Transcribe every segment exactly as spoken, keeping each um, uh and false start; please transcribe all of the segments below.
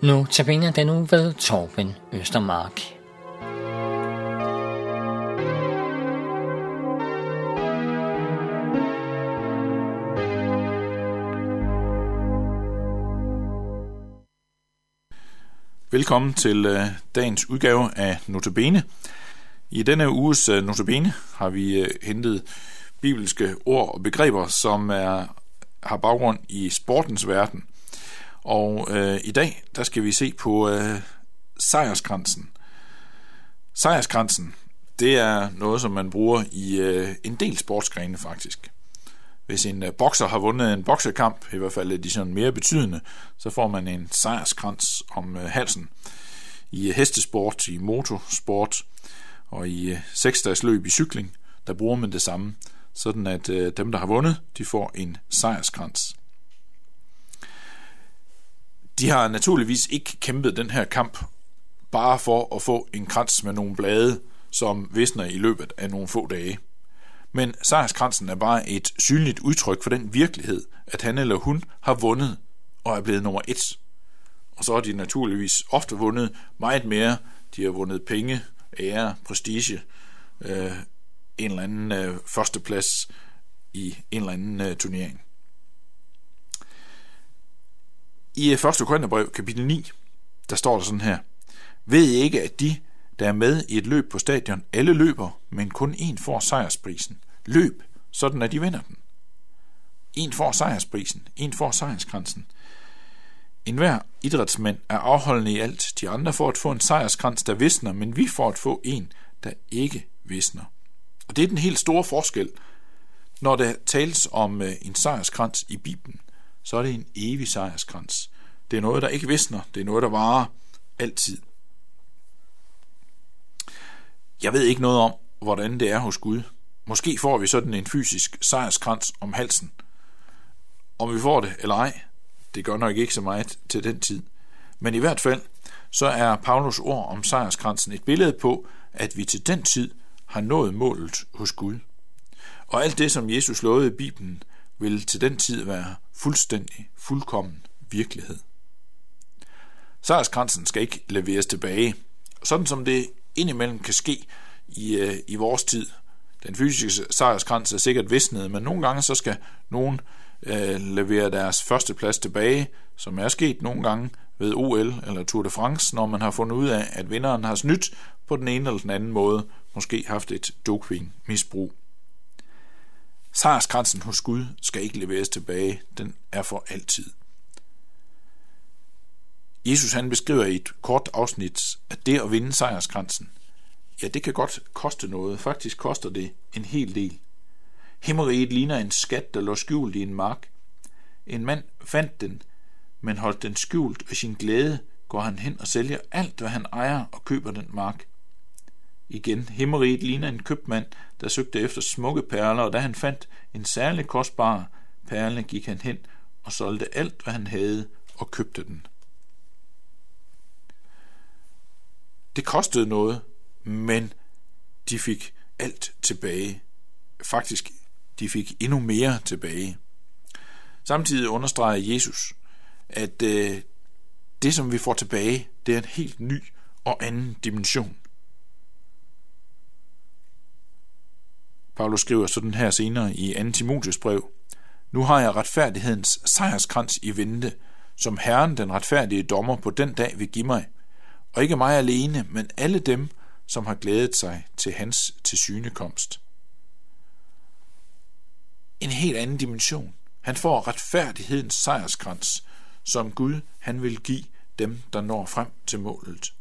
Nu tabiner den uge ved Torben Østermark. Velkommen til øh, dagens udgave af Notabene. I denne uges øh, Notabene har vi øh, hentet bibelske ord og begreber, som er, har baggrund i sportens verden. Og øh, i dag, der skal vi se på øh, sejrskransen. Sejrskransen, det er noget, som man bruger i øh, en del sportsgrene faktisk. Hvis en øh, bokser har vundet en boksekamp, i hvert fald er de sådan mere betydende, så får man en sejrskrans om øh, halsen. I øh, hestesport, i motorsport og i øh, seksdagsløb i cykling, der bruger man det samme, sådan at øh, dem, der har vundet, de får en sejrskrans. De har naturligvis ikke kæmpet den her kamp bare for at få en krans med nogle blade, som visner i løbet af nogle få dage. Men sejrskransen er bare et synligt udtryk for den virkelighed, at han eller hun har vundet og er blevet nummer et. Og så har de naturligvis ofte vundet meget mere. De har vundet penge, ære, prestige, øh, en eller anden øh, førsteplads i en eller anden øh, turnering. I første Korintherbrev, kapitel ni, der står der sådan her: Ved I ikke, at de, der er med i et løb på stadion, alle løber, men kun én får sejrsprisen? Løb, sådan at de vinder den. En får sejrsprisen, en får sejrskransen. En hver idrætsmand er afholdende i alt. De andre får at få en sejrskrans, der visner, men vi får at få en, der ikke visner. Og det er den helt store forskel, når der tales om en sejrskrans i Bibelen. Så er det en evig sejrskrans. Det er noget, der ikke visner. Det er noget, der varer altid. Jeg ved ikke noget om, hvordan det er hos Gud. Måske får vi sådan en fysisk sejrskrans om halsen. Om vi får det eller ej, det gør nok ikke så meget til den tid. Men i hvert fald, så er Paulus ord om sejrskransen et billede på, at vi til den tid har nået målet hos Gud. Og alt det, som Jesus lovede i Bibelen, vil til den tid være fuldstændig, fuldkommen virkelighed. Sejrskransen skal ikke leveres tilbage, sådan som det indimellem kan ske i, øh, i vores tid. Den fysiske sejrskrans er sikkert visnet, men nogle gange så skal nogen øh, levere deres første plads tilbage, som er sket nogle gange ved O L eller Tour de France, når man har fundet ud af, at vinderen har snydt på den ene eller den anden måde, måske haft et dopingmisbrug. Sejrskransen hos Gud skal ikke leveres tilbage, den er for altid. Jesus han beskriver i et kort afsnit, at det at vinde sejrskransen, ja, det kan godt koste noget. Faktisk koster det en hel del. Himmeriget ligner en skat, der lå skjult i en mark. En mand fandt den, men holdt den skjult, og sin glæde går han hen og sælger alt, hvad han ejer, og køber den mark. Igen, himmeriget ligner en købmand, der søgte efter smukke perler, og da han fandt en særlig kostbar perle, gik han hen og solgte alt, hvad han havde, og købte den. Det kostede noget, men de fik alt tilbage. Faktisk, de fik endnu mere tilbage. Samtidig understreger Jesus, at øh, det, som vi får tilbage, det er en helt ny og anden dimension. Paulus skriver sådan her senere i anden Timotheus brev: Nu har jeg retfærdighedens sejrskrans i vente, som Herren, den retfærdige dommer, på den dag vil give mig. Og ikke mig alene, men alle dem, som har glædet sig til hans tilsynekomst. En helt anden dimension. Han får retfærdighedens sejrskrans, som Gud han vil give dem, der når frem til målet.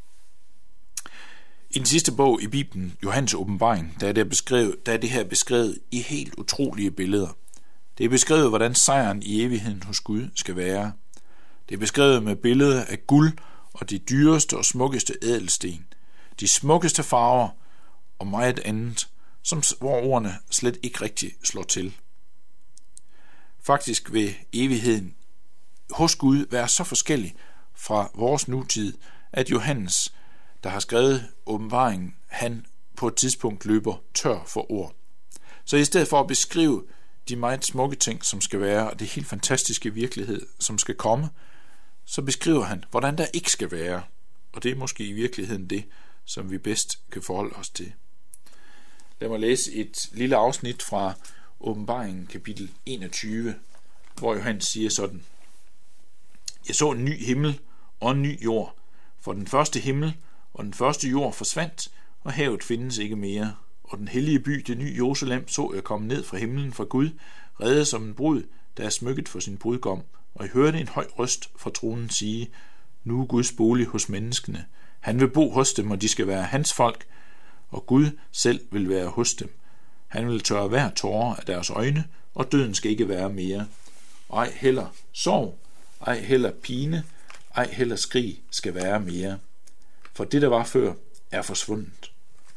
I den sidste bog i Bibelen, Johannes åbenbaring, der er det, beskrevet, der er det her beskrevet i helt utrolige billeder. Det er beskrevet, hvordan sejren i evigheden hos Gud skal være. Det er beskrevet med billeder af guld og de dyreste og smukkeste ædelsten, de smukkeste farver og meget andet, som, hvor ordene slet ikke rigtig slår til. Faktisk vil evigheden hos Gud være så forskellig fra vores nutid, at Johannes, der har skrevet åbenbaringen, han på et tidspunkt løber tør for ord. Så i stedet for at beskrive de meget smukke ting, som skal være, og det helt fantastiske virkelighed, som skal komme, så beskriver han, hvordan der ikke skal være. Og det er måske i virkeligheden det, som vi bedst kan forholde os til. Lad mig læse et lille afsnit fra Åbenbaringen kapitel enogtyve, hvor Johannes siger sådan: Jeg så en ny himmel og en ny jord, for den første himmel og den første jord forsvandt, og havet findes ikke mere. Og den hellige by, det nye Jerusalem, så jeg komme ned fra himlen fra Gud, reddet som en brud, der er smykket for sin brudgom. Og jeg hørte en høj røst fra tronen sige: Nu er Guds bolig hos menneskene. Han vil bo hos dem, og de skal være hans folk, og Gud selv vil være hos dem. Han vil tørre hver tåre af deres øjne, og døden skal ikke være mere. Ej heller sorg, ej heller pine, ej heller skrig skal være mere. For det, der var før, er forsvundet.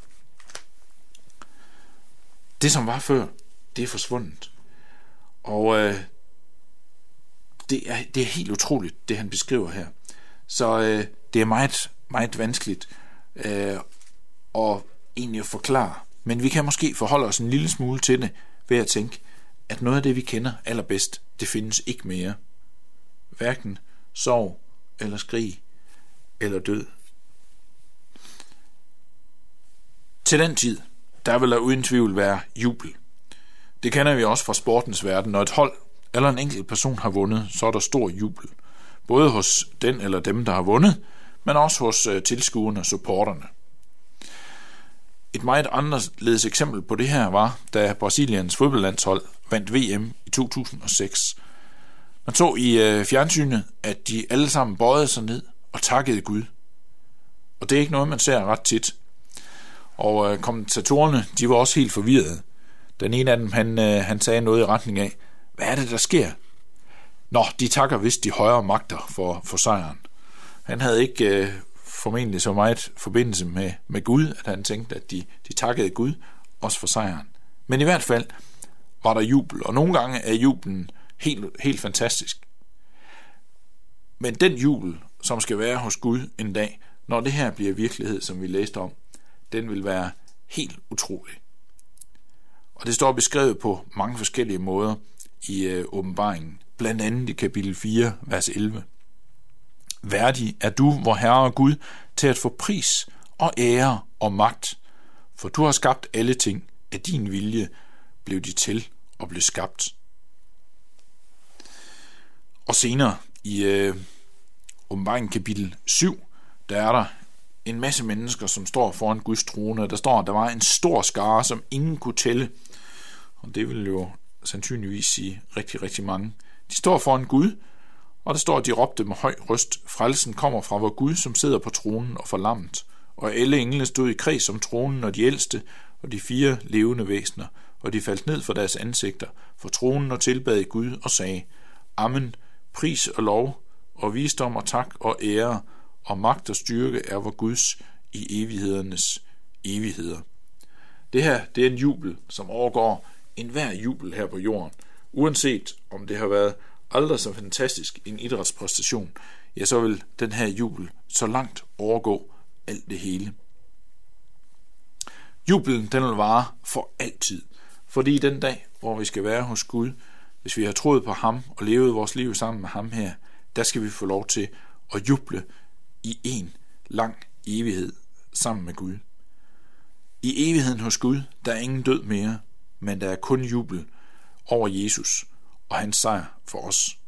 Det, som var før, det er forsvundet. Og øh, det, er, det er helt utroligt, det han beskriver her. Så øh, det er meget, meget vanskeligt øh, at egentlig at forklare. Men vi kan måske forholde os en lille smule til det, ved at tænke, at noget af det, vi kender allerbedst, det findes ikke mere. Hverken sorg, eller skrig, eller død. Til den tid, der vil der uden tvivl være jubel. Det kender vi også fra sportens verden. Når et hold eller en enkelt person har vundet, så er der stor jubel. Både hos den eller dem, der har vundet, men også hos tilskuerne og supporterne. Et meget anderledes eksempel på det her var, da Brasiliens fodboldlandshold vandt V M i to tusind og seks. Man så i fjernsynet, at de alle sammen bøjede sig ned og takkede Gud. Og det er ikke noget, man ser ret tit. Og kommentatorerne, de var også helt forvirrede. Den ene af dem, han, han sagde noget i retning af: Hvad er det, der sker? Nå, de takker vist de højere magter for, for sejren. Han havde ikke øh, formentlig så meget forbindelse med, med Gud, at han tænkte, at de, de takkede Gud også for sejren. Men i hvert fald var der jubel, og nogle gange er jubelen helt, helt fantastisk. Men den jubel, som skal være hos Gud en dag, når det her bliver virkelighed, som vi læste om, den vil være helt utrolig. Og det står beskrevet på mange forskellige måder i øh, åbenbaringen, blandt andet i kapitel fire, vers elleve. Værdig er du, vor Herre og Gud, til at få pris og ære og magt, for du har skabt alle ting, af din vilje blev de til og blev skabt. Og senere i øh, åbenbaringen kapitel syv, der er der en masse mennesker, som står foran Guds trone. Der står, at der var en stor skare, som ingen kunne tælle. Og det vil jo sandsynligvis sige rigtig, rigtig mange. De står foran Gud, og der står, at de råbte med høj røst: Frelsen kommer fra vor Gud, som sidder på tronen og for lammet. Og alle engle stod i kreds om tronen, og de ældste, og de fire levende væsener, og de faldt ned for deres ansigter for tronen og tilbad Gud og sagde: Amen, pris og lov, og visdom og tak og ære, og magt og styrke er vor Guds i evighedernes evigheder. Det her, det er en jubel, som overgår enhver jubel her på jorden. Uanset om det har været aldrig så fantastisk en idrætspræstation, ja, så vil den her jubel så langt overgå alt det hele. Jubelen, den vil vare for altid, fordi den dag, hvor vi skal være hos Gud, hvis vi har troet på ham og levet vores liv sammen med ham her, der skal vi få lov til at juble i en lang evighed sammen med Gud. I evigheden hos Gud, der er ingen død mere, men der er kun jubel over Jesus og hans sejr for os.